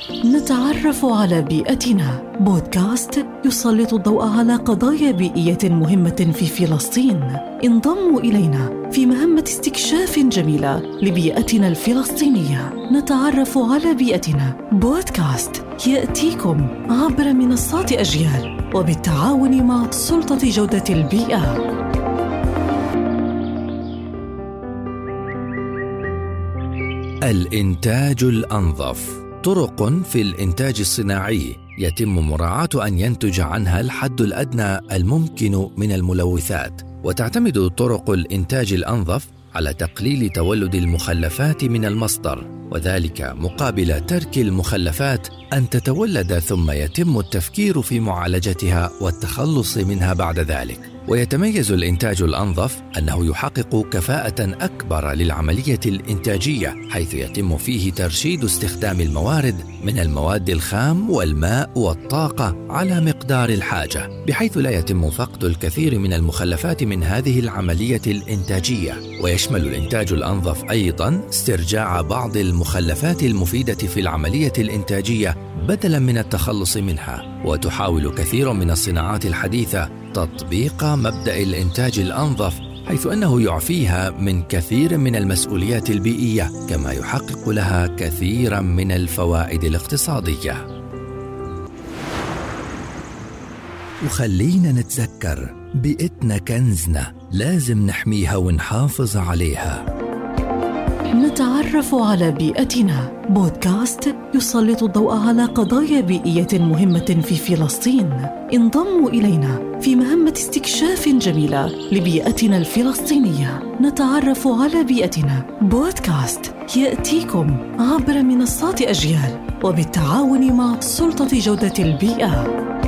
نتعرف على بيئتنا، بودكاست يسلط الضوء على قضايا بيئية مهمة في فلسطين. انضموا إلينا في مهمة استكشاف جميلة لبيئتنا الفلسطينية. نتعرف على بيئتنا، بودكاست يأتيكم عبر منصات أجيال وبالتعاون مع سلطة جودة البيئة. الإنتاج الأنظف. طرق في الإنتاج الصناعي يتم مراعاة أن ينتج عنها الحد الأدنى الممكن من الملوثات، وتعتمد طرق الإنتاج الأنظف على تقليل تولد المخلفات من المصدر، وذلك مقابل ترك المخلفات أن تتولد ثم يتم التفكير في معالجتها والتخلص منها بعد ذلك. ويتميز الإنتاج الأنظف أنه يحقق كفاءة أكبر للعملية الإنتاجية، حيث يتم فيه ترشيد استخدام الموارد من المواد الخام والماء والطاقة على مقدار الحاجة، بحيث لا يتم فقد الكثير من المخلفات من هذه العملية الإنتاجية. ويشمل الإنتاج الأنظف أيضاً استرجاع بعض المخلفات المفيدة في العملية الإنتاجية بدلاً من التخلص منها. وتحاول كثير من الصناعات الحديثة تطبيق مبدأ الإنتاج الأنظف، حيث أنه يعفيها من كثير من المسؤوليات البيئية، كما يحقق لها كثيرا من الفوائد الاقتصادية. وخلينا نتذكر، بيئتنا كنزنا، لازم نحميها ونحافظ عليها. نتعرف على بيئتنا، بودكاست يسلط الضوء على قضايا بيئية مهمة في فلسطين. انضموا إلينا في مهمة استكشاف جميلة لبيئتنا الفلسطينية. نتعرف على بيئتنا، بودكاست يأتيكم عبر منصات أجيال وبالتعاون مع سلطة جودة البيئة.